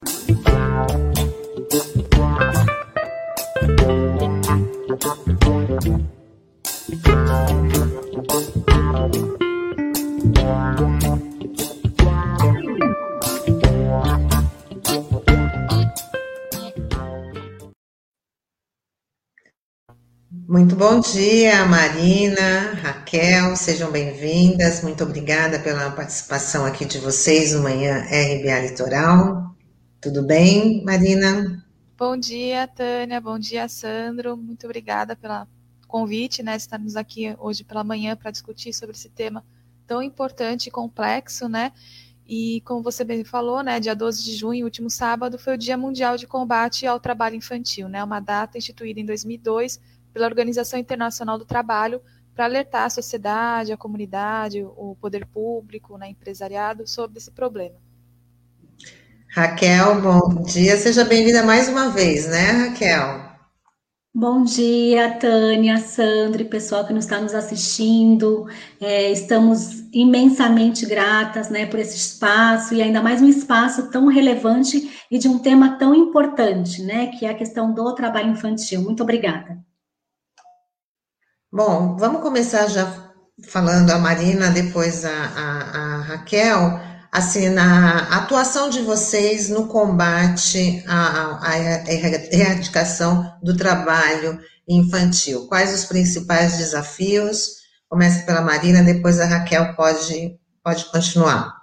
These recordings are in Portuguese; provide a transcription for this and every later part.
Muito bom dia, Marina, Raquel, sejam bem-vindas. Muito obrigada pela participação aqui de vocês no Manhã RBA Litoral. Tudo bem, Marina? Bom dia, Tânia. Bom dia, Sandro. Muito obrigada pelo convite, né, de estarmos aqui hoje pela manhã para discutir sobre esse tema tão importante e complexo, né? E como você bem falou, né, dia 12 de junho, último sábado, foi o Dia Mundial de Combate ao Trabalho Infantil, né? Uma data instituída em 2002 pela Organização Internacional do Trabalho para alertar a sociedade, a comunidade, o poder público, né, empresariado sobre esse problema. Raquel, bom dia. Seja bem-vinda mais uma vez, né, Raquel? Bom dia, Tânia, Sandra e pessoal que nos está nos assistindo. Estamos imensamente gratas, né, por esse espaço e ainda mais um espaço tão relevante e de um tema tão importante, né, que é a questão do trabalho infantil. Muito obrigada. Bom, vamos começar já falando a Marina, depois a Raquel, assim, na atuação de vocês no combate à erradicação do trabalho infantil. Quais os principais desafios? Começa pela Marina, depois a Raquel pode continuar.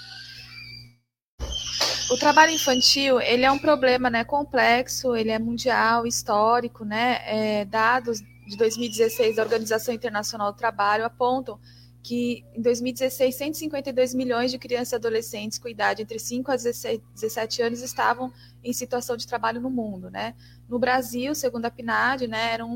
O trabalho infantil, ele é um problema, né, complexo, ele é mundial, histórico, né, dados de 2016 da Organização Internacional do Trabalho apontam que em 2016, 152 milhões de crianças e adolescentes com idade entre 5 a 17 anos estavam em situação de trabalho no mundo, né? No Brasil, segundo a PNAD, né, eram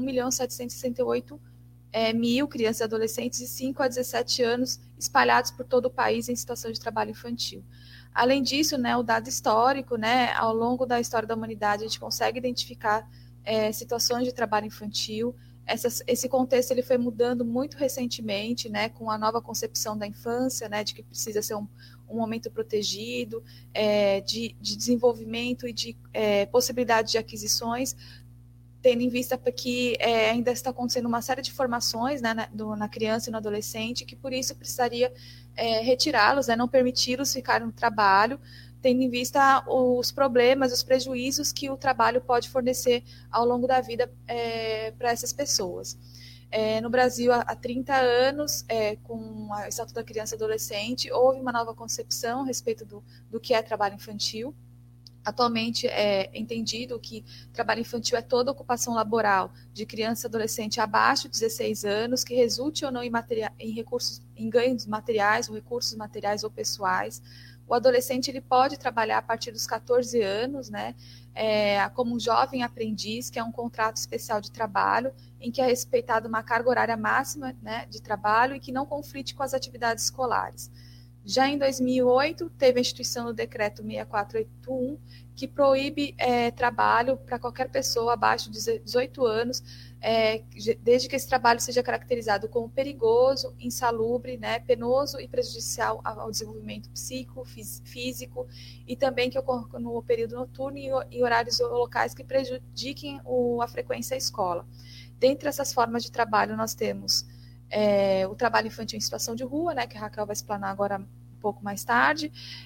1.768.000 crianças e adolescentes de 5 a 17 anos espalhados por todo o país em situação de trabalho infantil. Além disso, né, o dado histórico, né, ao longo da história da humanidade, a gente consegue identificar situações de trabalho infantil. Esse contexto ele foi mudando muito recentemente, né, com a nova concepção da infância, né, de que precisa ser um momento protegido, de desenvolvimento e de possibilidade de aquisições, tendo em vista que ainda está acontecendo uma série de formações, né, na criança e no adolescente, que por isso precisaria retirá-los, né, não permiti-los ficarem no trabalho, tendo em vista os problemas, os prejuízos que o trabalho pode fornecer ao longo da vida para essas pessoas. No Brasil, há 30 anos, com o Estatuto da Criança e Adolescente, houve uma nova concepção a respeito do que é trabalho infantil. Atualmente é entendido que trabalho infantil é toda ocupação laboral de criança e adolescente abaixo de 16 anos que resulte ou não em ganhos materiais, ou recursos materiais ou pessoais. O adolescente ele pode trabalhar a partir dos 14 anos, né, como um jovem aprendiz, que é um contrato especial de trabalho, em que é respeitada uma carga horária máxima, né, de trabalho e que não conflite com as atividades escolares. Já em 2008, teve a instituição do Decreto 6481, que proíbe trabalho para qualquer pessoa abaixo de 18 anos, desde que esse trabalho seja caracterizado como perigoso, insalubre, né, penoso e prejudicial ao desenvolvimento físico, e também que ocorra no período noturno e horários ou locais que prejudiquem a frequência à escola. Dentre essas formas de trabalho, nós temos o trabalho infantil em situação de rua, né, que a Raquel vai explanar agora um pouco mais tarde,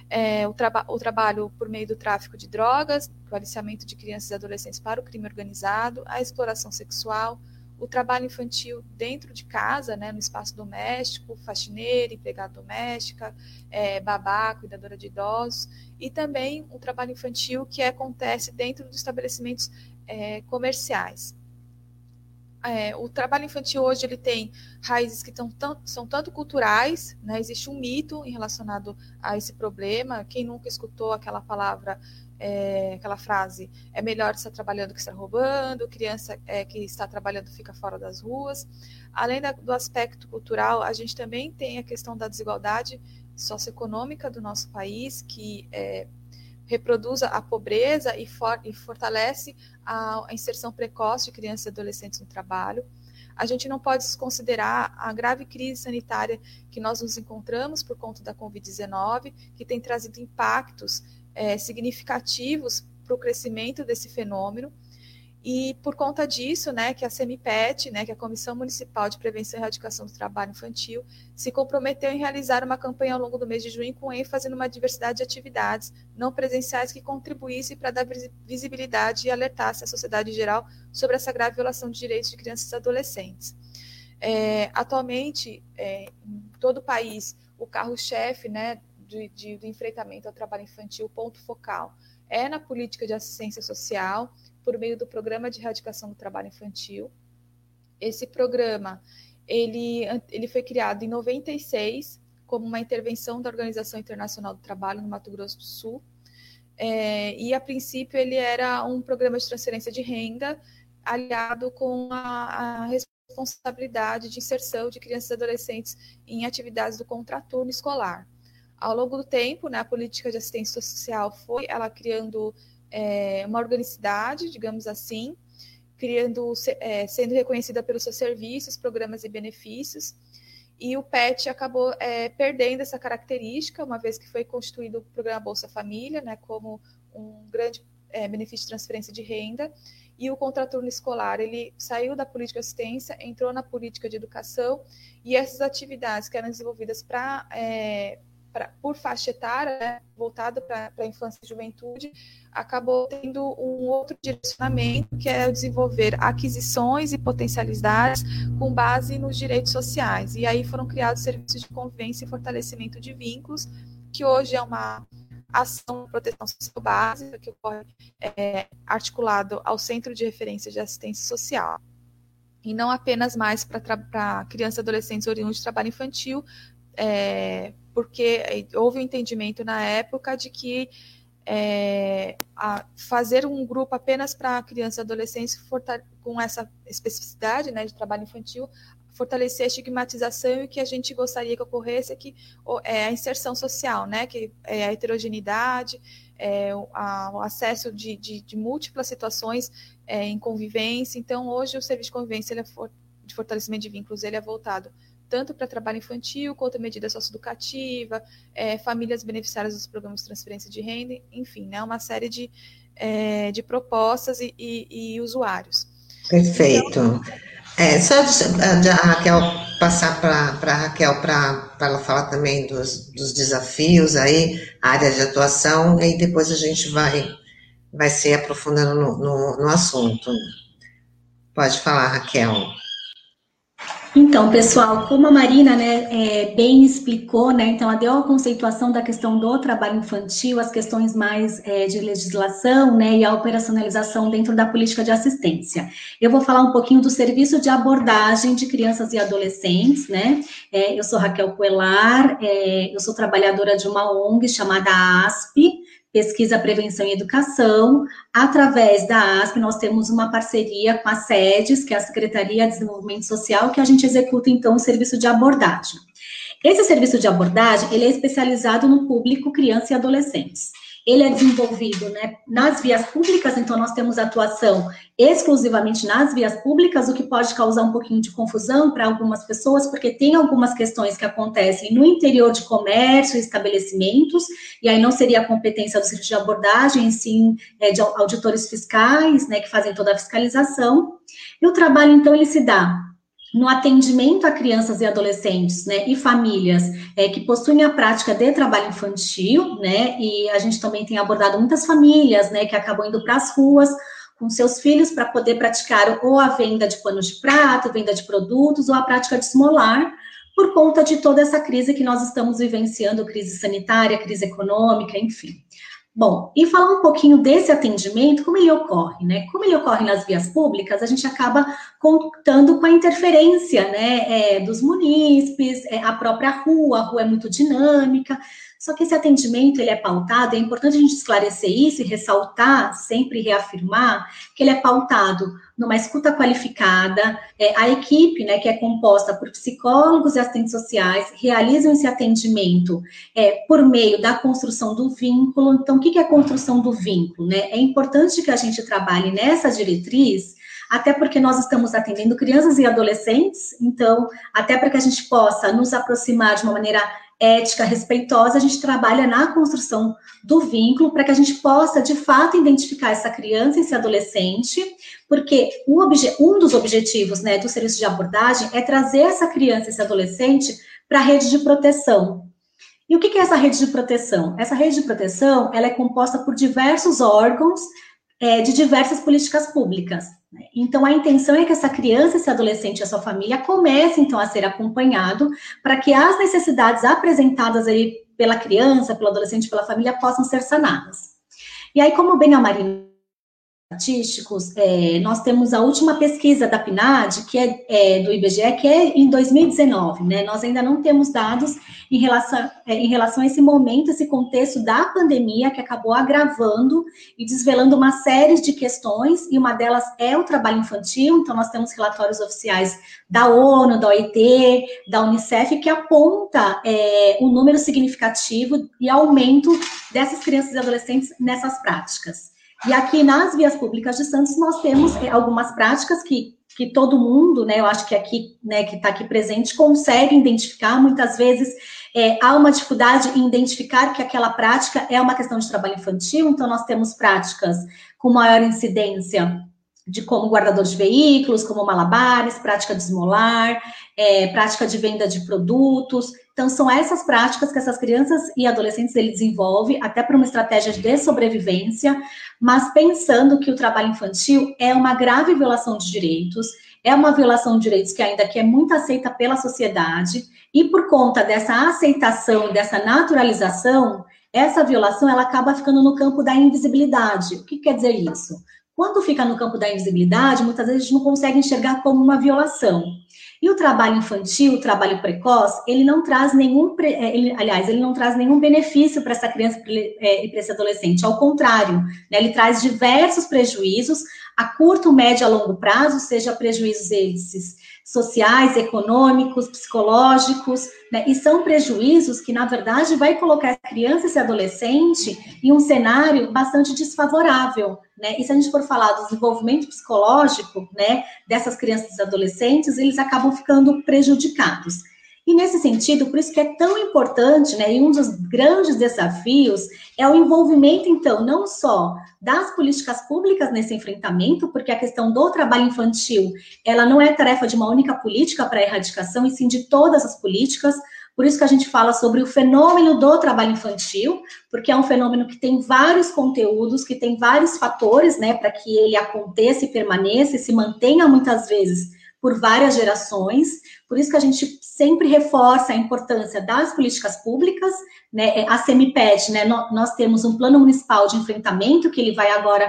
o trabalho por meio do tráfico de drogas, o aliciamento de crianças e adolescentes para o crime organizado, a exploração sexual, o trabalho infantil dentro de casa, né, no espaço doméstico, faxineira, empregada doméstica, babá, cuidadora de idosos, e também o trabalho infantil que acontece dentro dos estabelecimentos comerciais. O trabalho infantil hoje ele tem raízes que são tanto culturais, né? Existe um mito relacionado a esse problema. Quem nunca escutou aquela palavra, aquela frase, é melhor estar trabalhando que estar roubando, criança que está trabalhando fica fora das ruas. Além do aspecto cultural, a gente também tem a questão da desigualdade socioeconômica do nosso país, que reproduz a pobreza e fortalece a inserção precoce de crianças e adolescentes no trabalho. A gente não pode desconsiderar a grave crise sanitária que nós nos encontramos por conta da Covid-19, que tem trazido impactos significativos para o crescimento desse fenômeno. E por conta disso, né, que a CEMIPET, né, que é a Comissão Municipal de Prevenção e Erradicação do Trabalho Infantil, se comprometeu em realizar uma campanha ao longo do mês de junho com ênfase numa diversidade de atividades não presenciais que contribuíssem para dar visibilidade e alertasse a sociedade em geral sobre essa grave violação de direitos de crianças e adolescentes. Atualmente, em todo o país, o carro-chefe, né, do enfrentamento ao trabalho infantil, o ponto focal, é na política de assistência social, por meio do Programa de Erradicação do Trabalho Infantil. Esse programa, ele foi criado em 96, como uma intervenção da Organização Internacional do Trabalho no Mato Grosso do Sul, e a princípio ele era um programa de transferência de renda, aliado com a responsabilidade de inserção de crianças e adolescentes em atividades do contraturno escolar. Ao longo do tempo, né, a política de assistência social foi ela criando uma organicidade, digamos assim, sendo reconhecida pelos seus serviços, programas e benefícios, e o PET acabou perdendo essa característica, uma vez que foi constituído o programa Bolsa Família, né, como um grande benefício de transferência de renda, e o contraturno escolar, ele saiu da política de assistência, entrou na política de educação, e essas atividades que eram desenvolvidas por faixa etária, né, voltada para a infância e juventude, acabou tendo um outro direcionamento, que é desenvolver aquisições e potencialidades com base nos direitos sociais. E aí foram criados serviços de convivência e fortalecimento de vínculos, que hoje é uma ação de proteção social básica, que ocorre articulado ao Centro de Referência de Assistência Social. E não apenas mais para crianças e adolescentes oriundos de trabalho infantil, porque houve um entendimento na época de que fazer um grupo apenas para crianças e adolescentes com essa especificidade, né, de trabalho infantil, fortalecer a estigmatização, e o que a gente gostaria que ocorresse é que a inserção social, né, que é a heterogeneidade, o acesso de múltiplas situações em convivência. Então, hoje o serviço de convivência de fortalecimento de vínculos ele é voltado tanto para trabalho infantil, quanto medida socioeducativa, famílias beneficiárias dos programas de transferência de renda, enfim, né, uma série de propostas e usuários. Perfeito. Só a Raquel passar para a Raquel para ela falar também dos desafios aí, área de atuação, e depois a gente vai se aprofundando no assunto. Pode falar, Raquel. Então, pessoal, como a Marina, né, bem explicou, né, então ela deu a conceituação da questão do trabalho infantil, as questões mais de legislação, né, e a operacionalização dentro da política de assistência. Eu vou falar um pouquinho do serviço de abordagem de crianças e adolescentes, né, eu sou Raquel Coelar, eu sou trabalhadora de uma ONG chamada ASP, Pesquisa, Prevenção e Educação. Através da ASP, nós temos uma parceria com a SEDES, que é a Secretaria de Desenvolvimento Social, que a gente executa, então, o serviço de abordagem. Esse serviço de abordagem, ele é especializado no público criança e adolescentes. Ele é desenvolvido, né, nas vias públicas, então nós temos atuação exclusivamente nas vias públicas, o que pode causar um pouquinho de confusão para algumas pessoas, porque tem algumas questões que acontecem no interior de comércio e estabelecimentos, e aí não seria a competência do serviço de abordagem, sim de auditores fiscais, né, que fazem toda a fiscalização. E o trabalho, então, ele se dá no atendimento a crianças e adolescentes, né, e famílias que possuem a prática de trabalho infantil, né, e a gente também tem abordado muitas famílias, né, que acabam indo para as ruas com seus filhos para poder praticar ou a venda de panos de prato, venda de produtos, ou a prática de esmolar, por conta de toda essa crise que nós estamos vivenciando, crise sanitária, crise econômica, enfim. Bom, e falar um pouquinho desse atendimento, como ele ocorre, né? Como ele ocorre nas vias públicas, a gente acaba contando com a interferência, né, dos munícipes, a própria rua, a rua é muito dinâmica, só que esse atendimento, ele é pautado, é importante a gente esclarecer isso e ressaltar, sempre reafirmar, que ele é pautado numa escuta qualificada, a equipe, né, que é composta por psicólogos e assistentes sociais, realizam esse atendimento por meio da construção do vínculo. Então, o que é a construção do vínculo, né? É importante que a gente trabalhe nessa diretriz, até porque nós estamos atendendo crianças e adolescentes, então, até para que a gente possa nos aproximar de uma maneira ética, respeitosa, a gente trabalha na construção do vínculo para que a gente possa, de fato, identificar essa criança e esse adolescente, porque um dos objetivos, né, do serviço de abordagem é trazer essa criança e esse adolescente para a rede de proteção. E o que é essa rede de proteção? Essa rede de proteção, ela é composta por diversos órgãos de diversas políticas públicas. Né? Então, a intenção é que essa criança, esse adolescente e a sua família comece, então, a ser acompanhado para que as necessidades apresentadas aí pela criança, pelo adolescente, pela família, possam ser sanadas. E aí, como bem a Marina estatísticos, nós temos a última pesquisa da PNAD, que é do IBGE, que é em 2019, né? Nós ainda não temos dados em relação a esse momento, esse contexto da pandemia, que acabou agravando e desvelando uma série de questões, e uma delas é o trabalho infantil. Então, nós temos relatórios oficiais da ONU, da OIT, da Unicef, que aponta um número significativo e aumento dessas crianças e adolescentes nessas práticas. E aqui nas vias públicas de Santos nós temos algumas práticas que todo mundo, né, eu acho que aqui, né, que está aqui presente, consegue identificar. Muitas vezes há uma dificuldade em identificar que aquela prática é uma questão de trabalho infantil. Então nós temos práticas com maior incidência como guardador de veículos, como malabares, prática de esmolar, prática de venda de produtos. Então, são essas práticas que essas crianças e adolescentes ele desenvolve, até para uma estratégia de sobrevivência, mas pensando que o trabalho infantil é uma grave violação de direitos, é uma violação de direitos que ainda é muito aceita pela sociedade, e por conta dessa aceitação, dessa naturalização, essa violação ela acaba ficando no campo da invisibilidade. O que quer dizer isso? Quando fica no campo da invisibilidade, muitas vezes a gente não consegue enxergar como uma violação. E o trabalho infantil, o trabalho precoce, ele não traz ele não traz nenhum benefício para essa criança e para esse adolescente. Ao contrário, né, ele traz diversos prejuízos a curto, médio e a longo prazo, seja prejuízos esses sociais, econômicos, psicológicos, né, e são prejuízos que, na verdade, vai colocar a criança e esse adolescente em um cenário bastante desfavorável, né, e se a gente for falar do desenvolvimento psicológico, né, dessas crianças e adolescentes, eles acabam ficando prejudicados. E nesse sentido, por isso que é tão importante, né, e um dos grandes desafios é o envolvimento, então, não só das políticas públicas nesse enfrentamento, porque a questão do trabalho infantil, ela não é tarefa de uma única política para a erradicação, e sim de todas as políticas. Por isso que a gente fala sobre o fenômeno do trabalho infantil, porque é um fenômeno que tem vários conteúdos, que tem vários fatores, né, para que ele aconteça e permaneça e se mantenha muitas vezes por várias gerações. Por isso que a gente sempre reforça a importância das políticas públicas, né, a CEMIPED, né, nós temos um plano municipal de enfrentamento, que ele vai agora,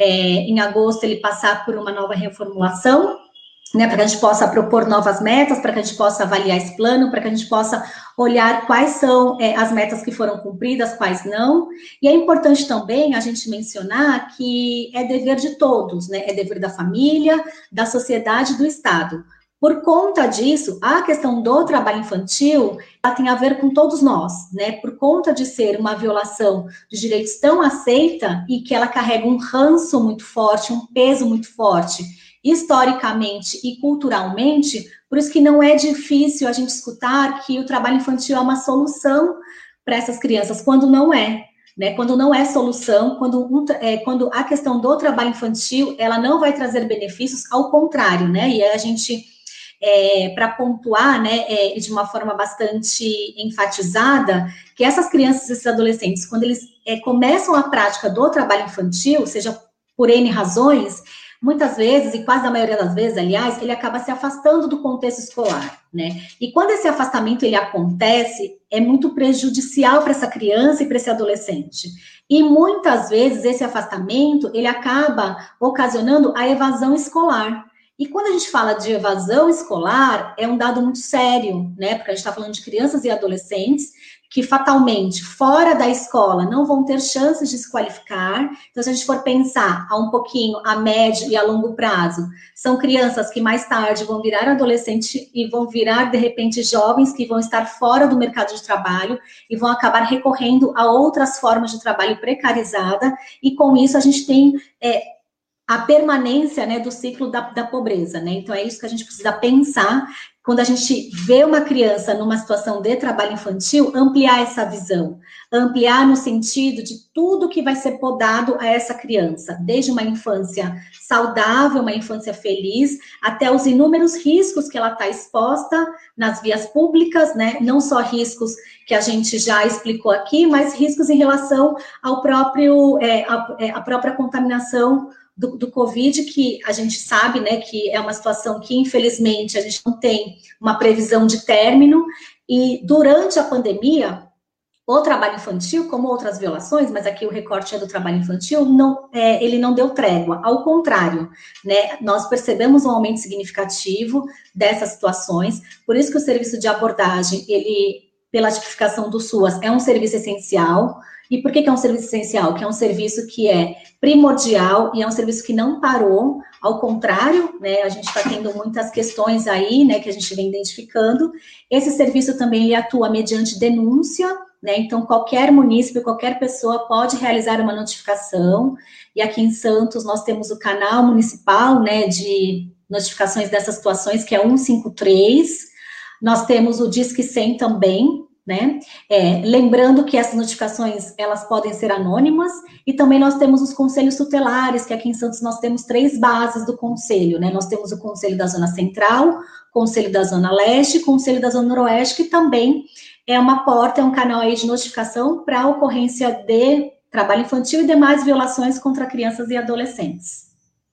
em agosto, ele passar por uma nova reformulação, né, para que a gente possa propor novas metas, para que a gente possa avaliar esse plano, para que a gente possa olhar quais são as metas que foram cumpridas, quais não. E é importante também a gente mencionar que é dever de todos, né, é dever da família, da sociedade e do Estado. Por conta disso, a questão do trabalho infantil, ela tem a ver com todos nós, né? Por conta de ser uma violação de direitos tão aceita e que ela carrega um ranço muito forte, um peso muito forte, historicamente e culturalmente, por isso que não é difícil a gente escutar que o trabalho infantil é uma solução para essas crianças, quando não é. Né, quando não é solução, quando a questão do trabalho infantil, ela não vai trazer benefícios, ao contrário, né, e a gente, para pontuar, né, de uma forma bastante enfatizada, que essas crianças e esses adolescentes, quando eles começam a prática do trabalho infantil, seja por N razões, muitas vezes, e quase a maioria das vezes, aliás, ele acaba se afastando do contexto escolar, né? E quando esse afastamento ele acontece, é muito prejudicial para essa criança e para esse adolescente. E muitas vezes esse afastamento, ele acaba ocasionando a evasão escolar. E quando a gente fala de evasão escolar, é um dado muito sério, né? Porque a gente está falando de crianças e adolescentes que fatalmente, fora da escola, não vão ter chances de se qualificar. Então, se a gente for pensar a um pouquinho a médio e a longo prazo, são crianças que mais tarde vão virar adolescente e vão virar, de repente, jovens que vão estar fora do mercado de trabalho e vão acabar recorrendo a outras formas de trabalho precarizada, e com isso a gente tem a permanência, né, do ciclo da pobreza, né? Então, é isso que a gente precisa pensar quando a gente vê uma criança numa situação de trabalho infantil, ampliar essa visão, ampliar no sentido de tudo que vai ser podado a essa criança, desde uma infância saudável, uma infância feliz, até os inúmeros riscos que ela está exposta nas vias públicas, né? Não só riscos que a gente já explicou aqui, mas riscos em relação ao próprio, a própria contaminação do Covid, que a gente sabe, né, que é uma situação que, infelizmente, a gente não tem uma previsão de término, e durante a pandemia, o trabalho infantil, como outras violações, mas aqui o recorte é do trabalho infantil, ele não deu trégua, ao contrário, né, nós percebemos um aumento significativo dessas situações, por isso que o serviço de abordagem, ele, pela tipificação do SUAS, é um serviço essencial. E por que é um serviço essencial? Que é um serviço que é primordial e é um serviço que não parou, ao contrário, né, a gente está tendo muitas questões aí, né, que a gente vem identificando. Esse serviço também ele atua mediante denúncia, né, então qualquer munícipe, qualquer pessoa pode realizar uma notificação, e aqui em Santos nós temos o canal municipal, né, de notificações dessas situações, que é 153, nós temos o Disque 100 também, né? Lembrando que essas notificações, elas podem ser anônimas, e também nós temos os conselhos tutelares, que aqui em Santos nós temos 3 bases do conselho, né? Nós temos o conselho da Zona Central, conselho da Zona Leste, conselho da Zona Noroeste, que também é uma porta, é um canal aí de notificação para a ocorrência de trabalho infantil e demais violações contra crianças e adolescentes.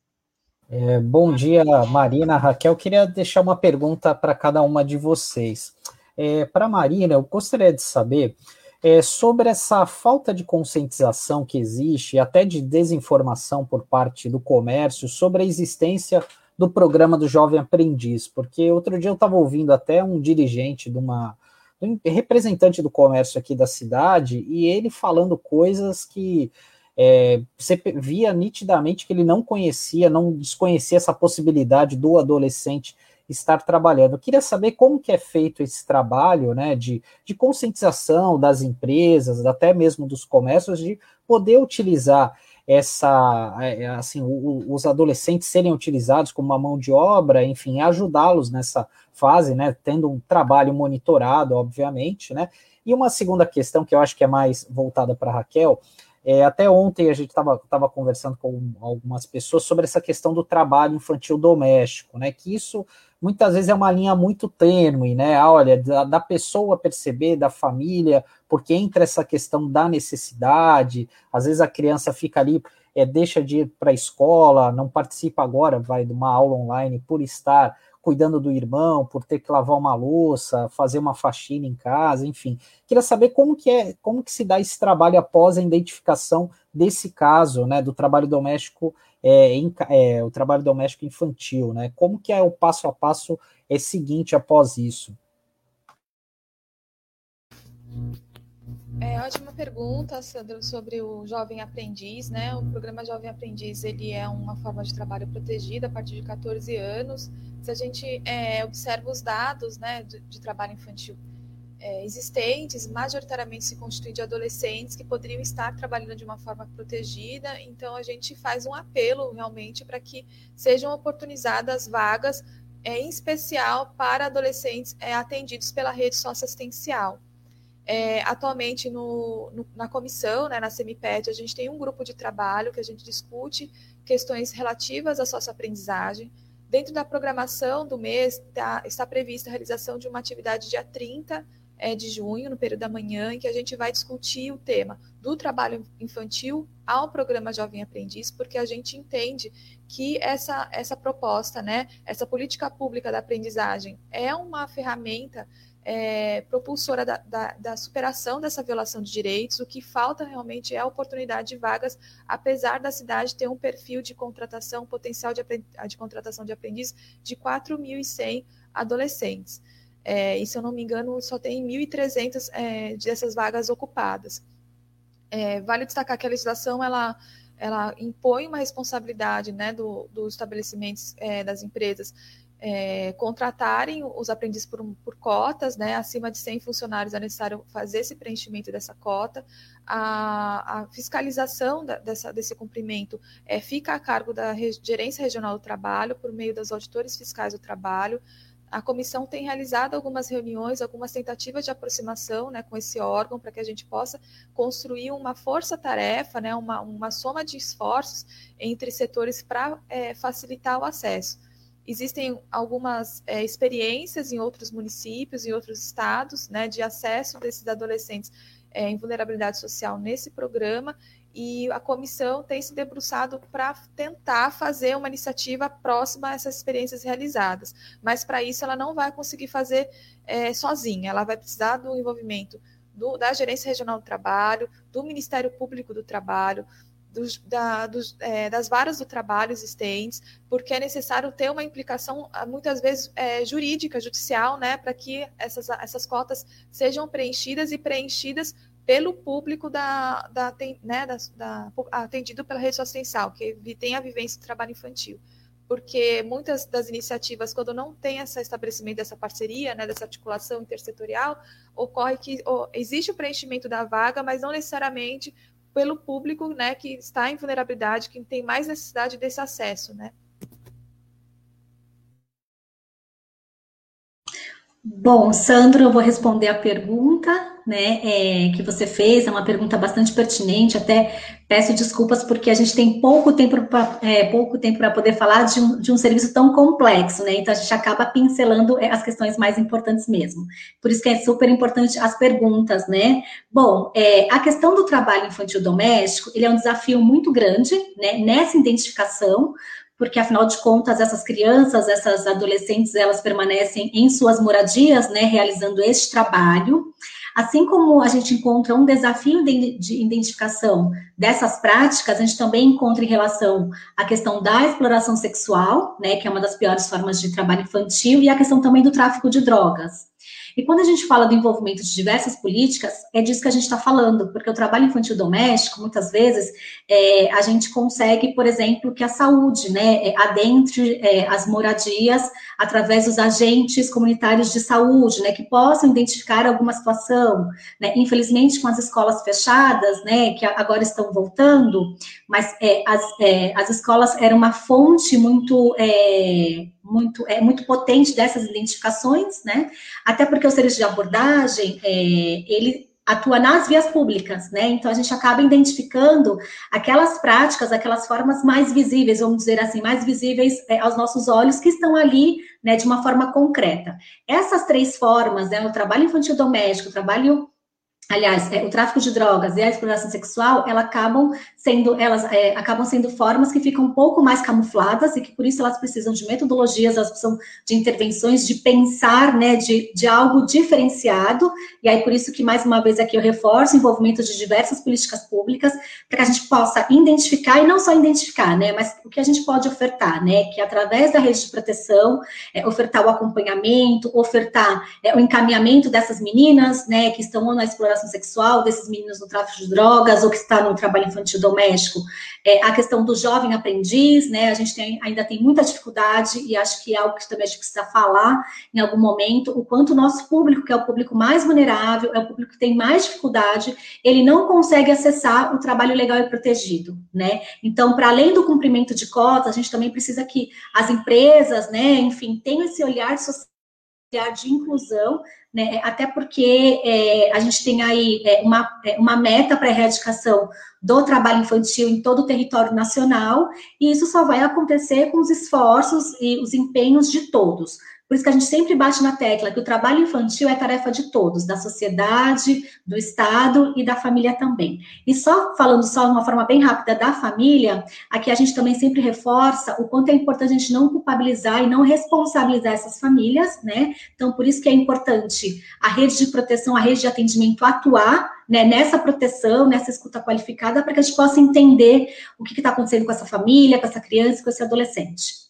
Bom dia, Marina, Raquel. Eu queria deixar uma pergunta para cada uma de vocês. Para a Marina, eu gostaria de saber sobre essa falta de conscientização que existe, até de desinformação por parte do comércio, sobre a existência do programa do Jovem Aprendiz, porque outro dia eu estava ouvindo até um dirigente um representante do comércio aqui da cidade, e ele falando coisas que você via nitidamente que ele não desconhecia essa possibilidade do adolescente estar trabalhando. Eu queria saber como que é feito esse trabalho, né, de conscientização das empresas, até mesmo dos comércios, de poder utilizar os adolescentes serem utilizados como uma mão de obra, enfim, ajudá-los nessa fase, né, tendo um trabalho monitorado, obviamente, né. E uma segunda questão que eu acho que é mais voltada para a Raquel, até ontem a gente estava conversando com algumas pessoas sobre essa questão do trabalho infantil doméstico, né? Que isso muitas vezes é uma linha muito tênue, né? Olha, da pessoa perceber, da família, porque entra essa questão da necessidade, às vezes a criança fica ali, deixa de ir para a escola, não participa agora, vai de uma aula online por estar cuidando do irmão, por ter que lavar uma louça, fazer uma faxina em casa, enfim. Queria saber como que se dá esse trabalho após a identificação desse caso, né, do trabalho doméstico, o trabalho doméstico infantil, né? Como que é o passo a passo seguinte após isso? Ótima pergunta, Sandro, sobre o Jovem Aprendiz, né? O programa Jovem Aprendiz, ele é uma forma de trabalho protegida a partir de 14 anos. Se a gente observa os dados, né, de trabalho infantil existentes, majoritariamente se constituem de adolescentes que poderiam estar trabalhando de uma forma protegida, então a gente faz um apelo realmente para que sejam oportunizadas vagas, em especial para adolescentes atendidos pela rede socioassistencial. Atualmente na comissão, né, na CEMIPED, a gente tem um grupo de trabalho que a gente discute questões relativas à socioaprendizagem. Dentro da programação do mês está prevista a realização de uma atividade dia 30 de junho, no período da manhã, em que a gente vai discutir o tema do trabalho infantil ao programa Jovem Aprendiz, porque a gente entende que essa proposta, né, essa política pública da aprendizagem é uma ferramenta propulsora da superação dessa violação de direitos. O que falta realmente é a oportunidade de vagas, apesar da cidade ter um perfil de contratação, potencial de contratação de aprendiz de 4.100 adolescentes. E, se eu não me engano, só tem 1.300 dessas vagas ocupadas. Vale destacar que a legislação ela impõe uma responsabilidade, né, dos estabelecimentos, das empresas, contratarem os aprendizes por cotas, né? Acima de 100 funcionários é necessário fazer esse preenchimento dessa cota. A fiscalização desse cumprimento fica a cargo da Gerência Regional do Trabalho, por meio dos auditores fiscais do trabalho. A comissão tem realizado algumas reuniões, algumas tentativas de aproximação, né, com esse órgão, para que a gente possa construir uma força-tarefa, né, uma soma de esforços entre setores para facilitar o acesso. Existem algumas experiências em outros municípios, em outros estados, né, de acesso desses adolescentes em vulnerabilidade social nesse programa, e a comissão tem se debruçado para tentar fazer uma iniciativa próxima a essas experiências realizadas. Mas, para isso, ela não vai conseguir fazer sozinha. Ela vai precisar do envolvimento da Gerência Regional do Trabalho, do Ministério Público do Trabalho, das varas do trabalho existentes, porque é necessário ter uma implicação, muitas vezes, jurídica, judicial, né, para que essas cotas sejam preenchidas pelo público atendido pela rede social, que tem a vivência do trabalho infantil. Porque muitas das iniciativas, quando não tem esse estabelecimento dessa parceria, né, dessa articulação intersetorial, ocorre que existe o preenchimento da vaga, mas não necessariamente pelo público, né, que está em vulnerabilidade, que tem mais necessidade desse acesso, né? Bom, Sandro, eu vou responder a pergunta, né, que você fez. É uma pergunta bastante pertinente. Até peço desculpas porque a gente tem pouco tempo para poder falar de um serviço tão complexo, né? Então a gente acaba pincelando as questões mais importantes mesmo. Por isso que é super importante as perguntas, né? Bom, a questão do trabalho infantil doméstico, ele é um desafio muito grande, né, nessa identificação, porque, afinal de contas, essas crianças, essas adolescentes, elas permanecem em suas moradias, né, realizando este trabalho. Assim como a gente encontra um desafio de identificação dessas práticas, a gente também encontra em relação à questão da exploração sexual, né, que é uma das piores formas de trabalho infantil, e a questão também do tráfico de drogas. E quando a gente fala do envolvimento de diversas políticas, é disso que a gente está falando, porque o trabalho infantil doméstico, muitas vezes, a gente consegue, por exemplo, que a saúde, né, adentre as moradias através dos agentes comunitários de saúde, né, que possam identificar alguma situação, né. Infelizmente, com as escolas fechadas, né, que agora estão voltando, mas as escolas eram uma fonte muito potente dessas identificações, né, até porque o serviço de abordagem, ele atua nas vias públicas, né, então a gente acaba identificando aquelas práticas, aquelas formas mais visíveis, vamos dizer assim, mais visíveis aos nossos olhos, que estão ali, né, de uma forma concreta. Essas três formas, né, o trabalho infantil doméstico, o tráfico de drogas e a exploração sexual, elas acabam sendo formas que ficam um pouco mais camufladas e que, por isso, elas precisam de metodologias, elas precisam de intervenções, de pensar, né, de algo diferenciado. E aí, por isso que, mais uma vez, aqui eu reforço o envolvimento de diversas políticas públicas para que a gente possa identificar, e não só identificar, né, mas o que a gente pode ofertar, né, que através da rede de proteção, ofertar o acompanhamento, ofertar o encaminhamento dessas meninas, né, que estão ou na exploração sexual, desses meninos no tráfico de drogas, ou que está no trabalho infantil doméstico, a questão do jovem aprendiz, né, a gente ainda tem muita dificuldade, e acho que é algo que também a gente precisa falar em algum momento, o quanto o nosso público, que é o público mais vulnerável, é o público que tem mais dificuldade, ele não consegue acessar o trabalho legal e protegido, né, então, para além do cumprimento de cotas, a gente também precisa que as empresas, né, enfim, tenham esse olhar social, de inclusão, né, até porque a gente tem aí uma meta para a erradicação do trabalho infantil em todo o território nacional, e isso só vai acontecer com os esforços e os empenhos de todos. Por isso que a gente sempre bate na tecla que o trabalho infantil é tarefa de todos, da sociedade, do Estado e da família também. E falando de uma forma bem rápida da família, aqui a gente também sempre reforça o quanto é importante a gente não culpabilizar e não responsabilizar essas famílias, né? Então, por isso que é importante a rede de proteção, a rede de atendimento atuar, né, nessa proteção, nessa escuta qualificada, para que a gente possa entender o que está acontecendo com essa família, com essa criança, com esse adolescente.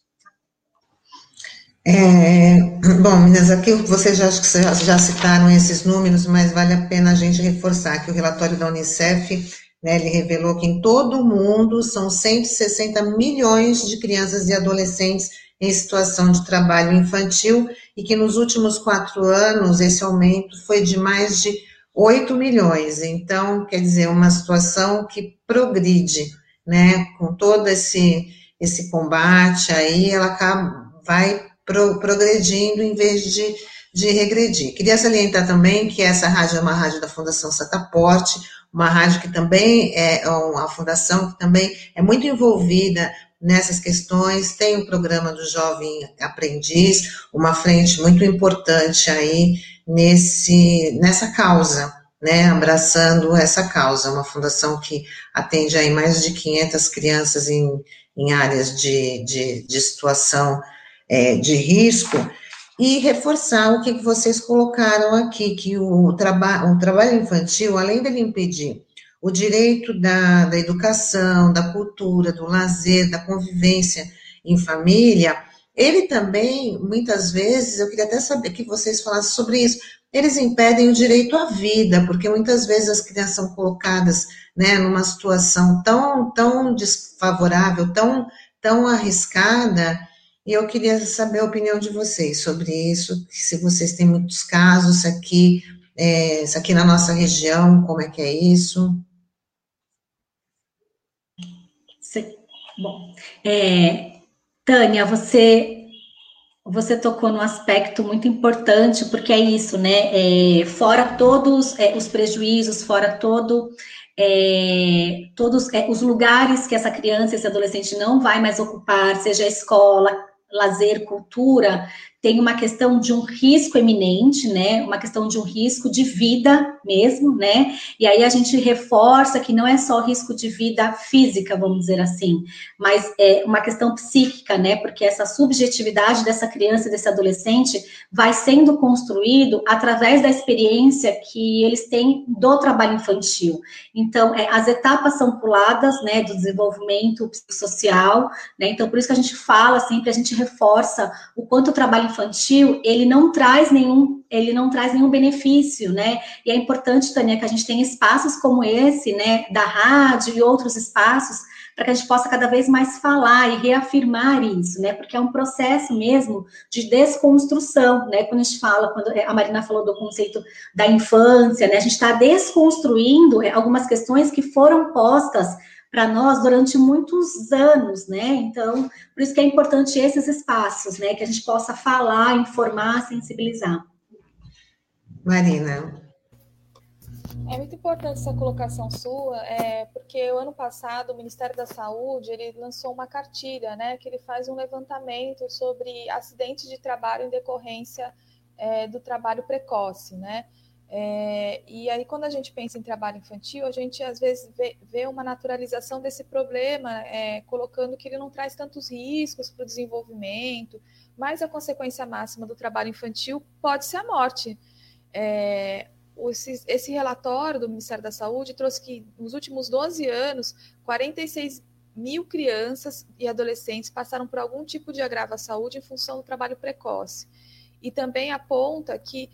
Bom, meninas, aqui vocês já citaram esses números, mas vale a pena a gente reforçar que o relatório da Unicef, né, ele revelou que em todo o mundo são 160 milhões de crianças e adolescentes em situação de trabalho infantil e que nos últimos 4 anos esse aumento foi de mais de 8 milhões. Então, quer dizer, uma situação que progride, né? Com todo esse combate aí, ela vai progredindo em vez de regredir. Queria salientar também que essa rádio é uma rádio da Fundação Setaporte, uma rádio que também é uma fundação que também é muito envolvida nessas questões, tem o programa do Jovem Aprendiz, uma frente muito importante aí nessa causa, né, abraçando essa causa, uma fundação que atende aí mais de 500 crianças em áreas de situação de risco, e reforçar o que vocês colocaram aqui, que o trabalho infantil, além dele impedir o direito da educação, da cultura, do lazer, da convivência em família, ele também, muitas vezes, eu queria até saber que vocês falassem sobre isso, eles impedem o direito à vida, porque muitas vezes as crianças são colocadas, né, numa situação tão desfavorável, tão arriscada. E eu queria saber a opinião de vocês sobre isso, se vocês têm muitos casos, se aqui na nossa região, como é que é isso? Sim. Bom, Tânia, você tocou num aspecto muito importante, porque é isso, né? Fora todos os prejuízos, fora todos os lugares que essa criança, esse adolescente não vai mais ocupar, seja a escola, lazer, cultura, tem uma questão de um risco eminente, né? Uma questão de um risco de vida mesmo, né? E aí a gente reforça que não é só risco de vida física, vamos dizer assim, mas é uma questão psíquica, né? Porque essa subjetividade dessa criança e desse adolescente vai sendo construído através da experiência que eles têm do trabalho infantil. Então, as etapas são puladas, né? Do desenvolvimento psicossocial, né? Então, por isso que a gente fala sempre, a gente reforça o quanto o trabalho infantil, ele não traz nenhum benefício, né? E é importante, Tânia, que a gente tenha espaços como esse, né, da rádio e outros espaços, para que a gente possa cada vez mais falar e reafirmar isso, né? Porque é um processo mesmo de desconstrução, né? Quando a gente fala, quando a Marina falou do conceito da infância, né? A gente está desconstruindo algumas questões que foram postas para nós durante muitos anos, né? Então, por isso que é importante esses espaços, né? Que a gente possa falar, informar, sensibilizar. Marina. É muito importante essa colocação sua, porque o ano passado o Ministério da Saúde ele lançou uma cartilha, né? Que ele faz um levantamento sobre acidentes de trabalho em decorrência do trabalho precoce, né? E aí, quando a gente pensa em trabalho infantil, a gente às vezes vê uma naturalização desse problema, colocando que ele não traz tantos riscos para o desenvolvimento, mas a consequência máxima do trabalho infantil pode ser a morte. Esse relatório do Ministério da Saúde trouxe que, nos últimos 12 anos, 46 mil crianças e adolescentes passaram por algum tipo de agravo à saúde em função do trabalho precoce. E também aponta que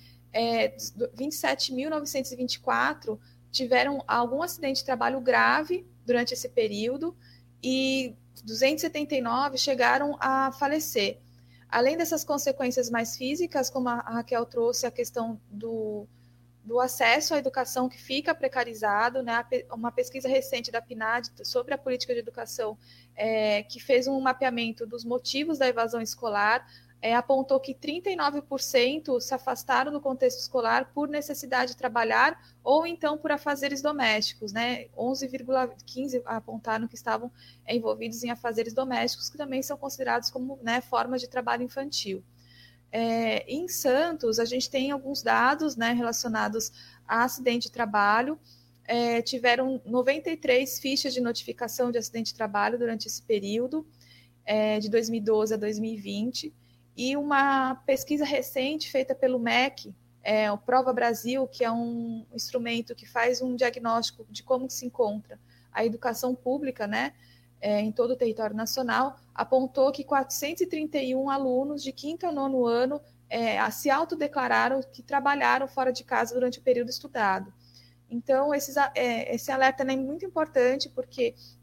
27.924 tiveram algum acidente de trabalho grave durante esse período e 279 chegaram a falecer. Além dessas consequências mais físicas, como a Raquel trouxe, a questão do acesso à educação que fica precarizado, né? Uma pesquisa recente da PNAD sobre a política de educação, que fez um mapeamento dos motivos da evasão escolar, apontou que 39% se afastaram do contexto escolar por necessidade de trabalhar ou então por afazeres domésticos, né? 11,15% apontaram que estavam envolvidos em afazeres domésticos, que também são considerados como, né, formas de trabalho infantil. Em Santos, a gente tem alguns dados, né, relacionados a acidente de trabalho. Tiveram 93 fichas de notificação de acidente de trabalho durante esse período, de 2012 a 2020. E uma pesquisa recente feita pelo MEC, o Prova Brasil, que é um instrumento que faz um diagnóstico de como se encontra a educação pública, né, em todo o território nacional, apontou que 431 alunos de 5º a 9º ano se autodeclararam que trabalharam fora de casa durante o período estudado. Então, esse alerta é muito importante, porque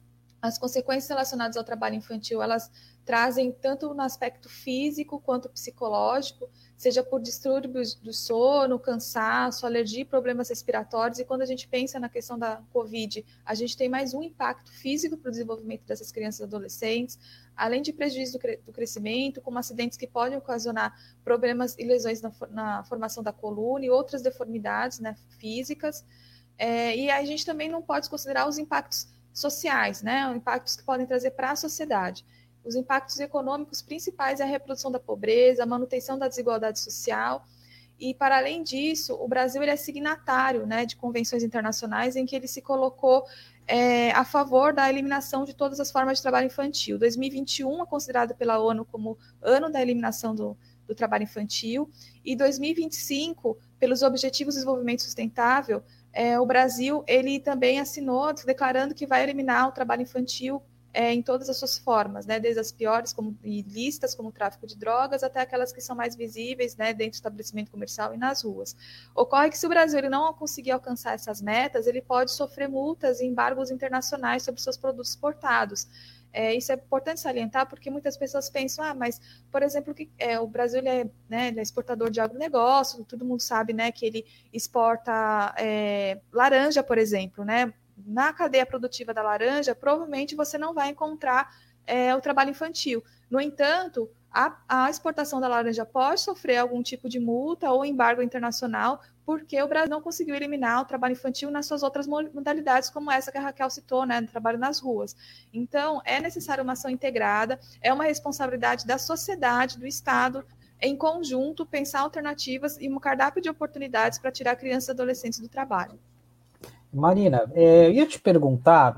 as consequências relacionadas ao trabalho infantil, elas trazem tanto no aspecto físico quanto psicológico, seja por distúrbios do sono, cansaço, alergia e problemas respiratórios. E quando a gente pensa na questão da Covid, a gente tem mais um impacto físico para o desenvolvimento dessas crianças e adolescentes, além de prejuízo do crescimento, como acidentes que podem ocasionar problemas e lesões na formação da coluna e outras deformidades, né, físicas. E a gente também não pode considerar os impactos sociais, né, impactos que podem trazer para a sociedade. Os impactos econômicos principais é a reprodução da pobreza, a manutenção da desigualdade social, e, para além disso, o Brasil ele é signatário, né, de convenções internacionais em que ele se colocou a favor da eliminação de todas as formas de trabalho infantil. 2021 é considerado pela ONU como ano da eliminação do trabalho infantil, e 2025, pelos Objetivos de Desenvolvimento Sustentável, o Brasil ele também assinou, declarando que vai eliminar o trabalho infantil em todas as suas formas, né, desde as piores e listas, como o tráfico de drogas, até aquelas que são mais visíveis, né, dentro do estabelecimento comercial e nas ruas. Ocorre que se o Brasil ele não conseguir alcançar essas metas, ele pode sofrer multas e embargos internacionais sobre seus produtos exportados. Isso é importante salientar, porque muitas pessoas pensam, mas, por exemplo, o Brasil ele é exportador de agronegócio, todo mundo sabe, né, que ele exporta laranja, por exemplo, né? Na cadeia produtiva da laranja, provavelmente você não vai encontrar o trabalho infantil. No entanto, a exportação da laranja pode sofrer algum tipo de multa ou embargo internacional, porque o Brasil não conseguiu eliminar o trabalho infantil nas suas outras modalidades, como essa que a Raquel citou, né, do trabalho nas ruas. Então, é necessária uma ação integrada, é uma responsabilidade da sociedade, do Estado, em conjunto, pensar alternativas e um cardápio de oportunidades para tirar crianças e adolescentes do trabalho. Marina, eu ia te perguntar,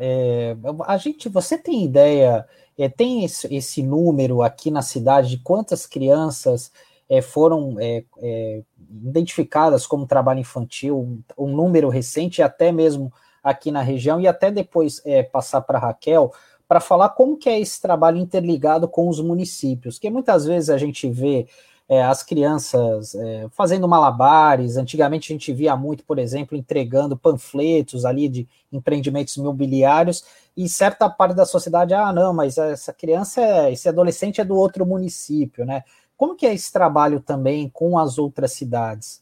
você tem ideia, tem esse número aqui na cidade de quantas crianças foram identificadas como trabalho infantil, um número recente, até mesmo aqui na região, e até depois passar para a Raquel, para falar como que é esse trabalho interligado com os municípios, que muitas vezes a gente vê as crianças fazendo malabares. Antigamente a gente via muito, por exemplo, entregando panfletos ali de empreendimentos imobiliários, e certa parte da sociedade, não, mas essa criança, esse adolescente é do outro município, né? Como que é esse trabalho também com as outras cidades?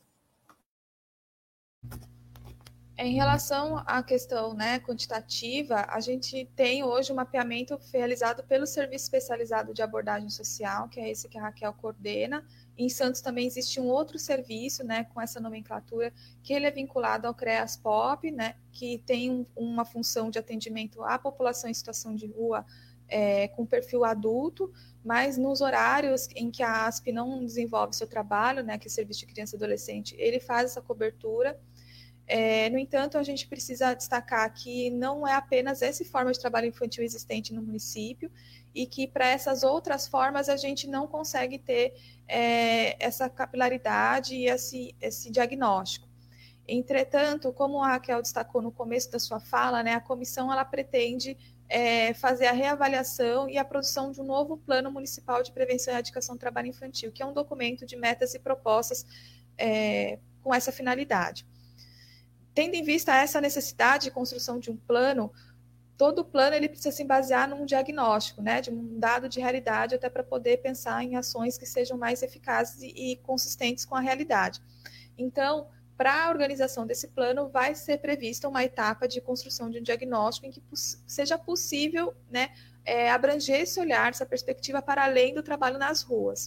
Em relação à questão, né, quantitativa, a gente tem hoje um mapeamento realizado pelo Serviço Especializado de Abordagem Social, que é esse que a Raquel coordena. Em Santos também existe um outro serviço, né, com essa nomenclatura, que ele é vinculado ao CREAS-POP, né, que tem uma função de atendimento à população em situação de rua com perfil adulto, mas nos horários em que a ASP não desenvolve seu trabalho, né, que é o Serviço de Criança e Adolescente, ele faz essa cobertura. No entanto, a gente precisa destacar que não é apenas essa forma de trabalho infantil existente no município, e que para essas outras formas a gente não consegue ter essa capilaridade e esse diagnóstico. Entretanto, como a Raquel destacou no começo da sua fala, né, a comissão ela pretende fazer a reavaliação e a produção de um novo Plano Municipal de Prevenção e Erradicação do Trabalho Infantil, que é um documento de metas e propostas com essa finalidade. Tendo em vista essa necessidade de construção de um plano, todo plano ele precisa se basear num diagnóstico, né, de um dado de realidade, até para poder pensar em ações que sejam mais eficazes e consistentes com a realidade. Então, para a organização desse plano, vai ser prevista uma etapa de construção de um diagnóstico em que seja possível, né, abranger esse olhar, essa perspectiva para além do trabalho nas ruas.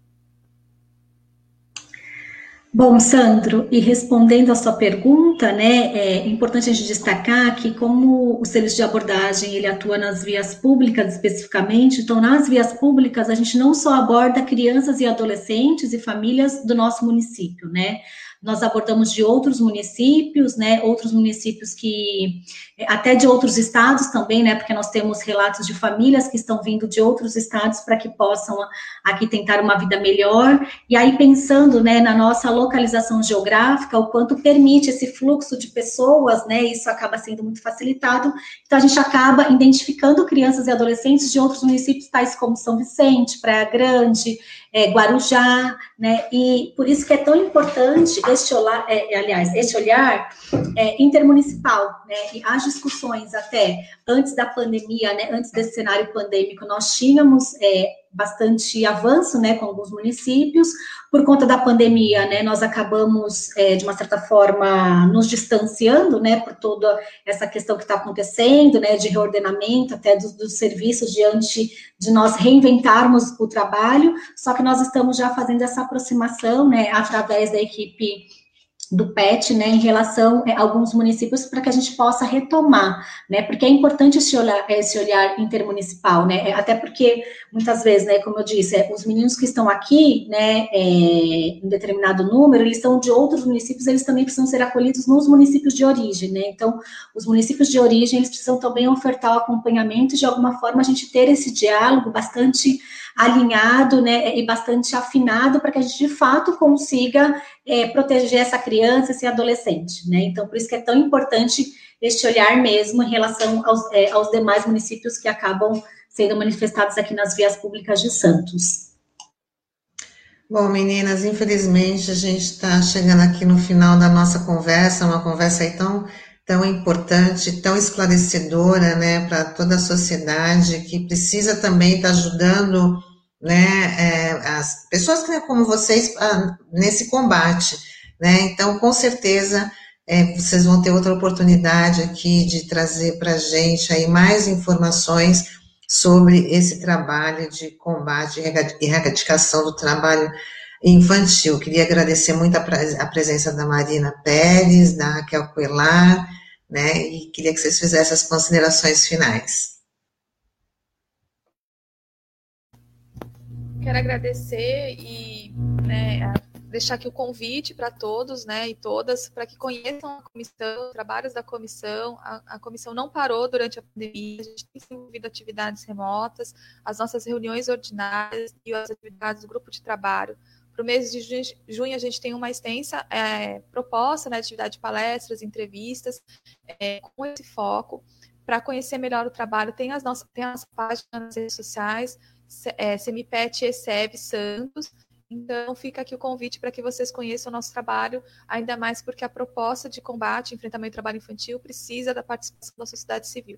Bom, Sandro, e respondendo à sua pergunta, né, é importante a gente destacar que como o serviço de abordagem, ele atua nas vias públicas especificamente, então nas vias públicas a gente não só aborda crianças e adolescentes e famílias do nosso município, né, nós abordamos de outros municípios, né, outros municípios que, até de outros estados também, né, porque nós temos relatos de famílias que estão vindo de outros estados para que possam aqui tentar uma vida melhor, e aí pensando, né, na nossa localização geográfica, o quanto permite esse fluxo de pessoas, né, isso acaba sendo muito facilitado, então a gente acaba identificando crianças e adolescentes de outros municípios, tais como São Vicente, Praia Grande, Guarujá, né, e por isso que é tão importante este olhar intermunicipal, né, e as discussões até antes da pandemia, né, antes desse cenário pandêmico, nós tínhamos bastante avanço, né, com alguns municípios. Por conta da pandemia, né, nós acabamos, de uma certa forma, nos distanciando, né, por toda essa questão que está acontecendo, né, de reordenamento até dos serviços diante de nós reinventarmos o trabalho, só que nós estamos já fazendo essa aproximação, né, através da equipe do PET, né, em relação a alguns municípios, para que a gente possa retomar, né, porque é importante esse olhar intermunicipal, né, até porque, muitas vezes, né, como eu disse, os meninos que estão aqui, né, em determinado número, eles são de outros municípios, eles também precisam ser acolhidos nos municípios de origem, né, então, os municípios de origem, eles precisam também ofertar o acompanhamento, e de alguma forma a gente ter esse diálogo bastante alinhado, né, e bastante afinado, para que a gente, de fato, consiga proteger essa criança, esse adolescente, né, então, por isso que é tão importante este olhar mesmo em relação aos demais municípios que acabam sendo manifestados aqui nas vias públicas de Santos. Bom, meninas, infelizmente a gente está chegando aqui no final da nossa conversa, uma conversa aí tão importante, tão esclarecedora, né, para toda a sociedade, que precisa também estar ajudando, né, as pessoas que, como vocês, nesse combate, né, então, com certeza, vocês vão ter outra oportunidade aqui de trazer para a gente aí mais informações sobre esse trabalho de combate e erradicação do trabalho infantil. Queria agradecer muito a presença da Marina Pérez, da Raquel Coelar, né, e queria que vocês fizessem as considerações finais. Quero agradecer e, né, deixar aqui o convite para todos, né, e todas, para que conheçam a comissão, os trabalhos da comissão. A comissão não parou durante a pandemia, a gente tem desenvolvido atividades remotas, as nossas reuniões ordinárias e as atividades do grupo de trabalho. Para o mês de junho, a gente tem uma extensa proposta, né, de atividade de palestras, entrevistas, com esse foco. Para conhecer melhor o trabalho, tem a nossa página nas redes sociais, Semipet ESEV Santos. Então, fica aqui o convite para que vocês conheçam o nosso trabalho, ainda mais porque a proposta de combate e enfrentamento do trabalho infantil precisa da participação da sociedade civil.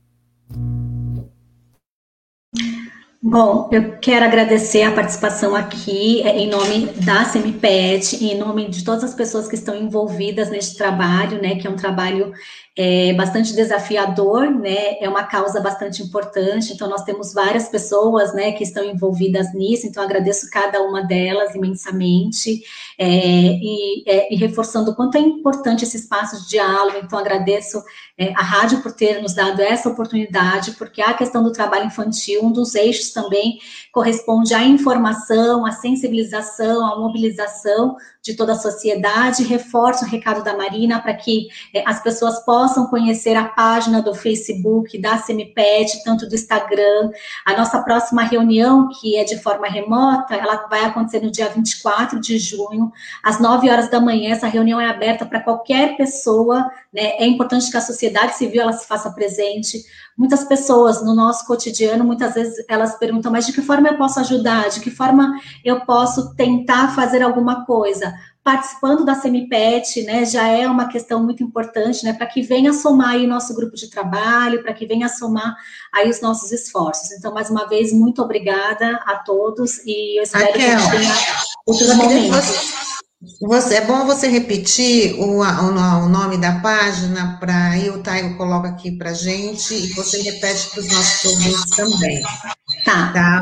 Bom, eu quero agradecer a participação aqui, em nome da Semipet, e em nome de todas as pessoas que estão envolvidas neste trabalho, né, que é um trabalho bastante desafiador, né, é uma causa bastante importante, então nós temos várias pessoas, né, que estão envolvidas nisso, então agradeço cada uma delas imensamente, e reforçando o quanto é importante esse espaço de diálogo, então agradeço a rádio por ter nos dado essa oportunidade, porque a questão do trabalho infantil, um dos eixos também corresponde à informação, à sensibilização, à mobilização de toda a sociedade. Reforço o recado da Marina para que as pessoas possam conhecer a página do Facebook da Semipet, tanto do Instagram. A nossa próxima reunião, que é de forma remota, ela vai acontecer no dia 24 de junho, às 9 horas da manhã. Essa reunião é aberta para qualquer pessoa, né? É importante que a sociedade civil ela se faça presente. Muitas pessoas no nosso cotidiano, muitas vezes elas perguntam, mas de que forma eu posso ajudar? De que forma eu posso tentar fazer alguma coisa? Participando da Semipet, né, já é uma questão muito importante, né, para que venha somar aí o nosso grupo de trabalho, para que venha somar aí os nossos esforços. Então, mais uma vez, muito obrigada a todos e eu espero que a gente tenha outros momentos. É bom você repetir o nome da página, para aí o Taigo coloca aqui para gente e você repete para os nossos ouvintes também. Tá.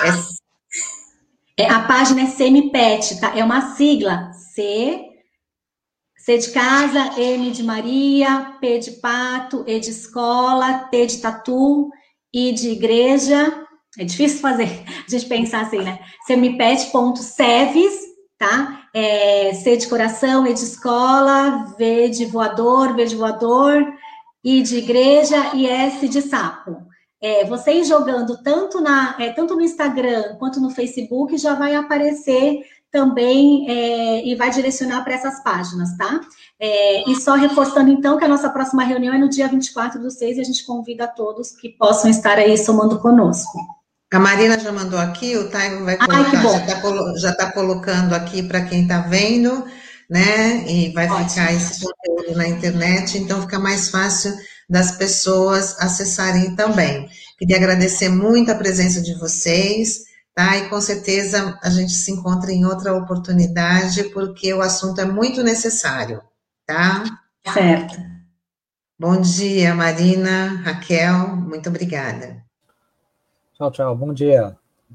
A página é Semipet, tá? É uma sigla, C de casa, M de Maria, P de pato, E de escola, T de tatu, I de igreja. É difícil fazer, a gente pensar assim, né? Semipet.seves, tá? C de coração, E de escola, V de voador, I de igreja e S de sapo. Vocês jogando tanto no Instagram quanto no Facebook, já vai aparecer também e vai direcionar para essas páginas, tá? E só reforçando, então, que a nossa próxima reunião é no dia 24/6 e a gente convida a todos que possam estar aí somando conosco. A Marina já mandou aqui, o Taigo vai colocar, já está colocando aqui para quem está vendo, né? E vai ficar esse conteúdo na internet, então fica mais fácil das pessoas acessarem também. Queria agradecer muito a presença de vocês, tá? E com certeza a gente se encontra em outra oportunidade, porque o assunto é muito necessário, tá? Certo. Bom dia, Marina, Raquel, muito obrigada. Tchau, tchau, bom dia.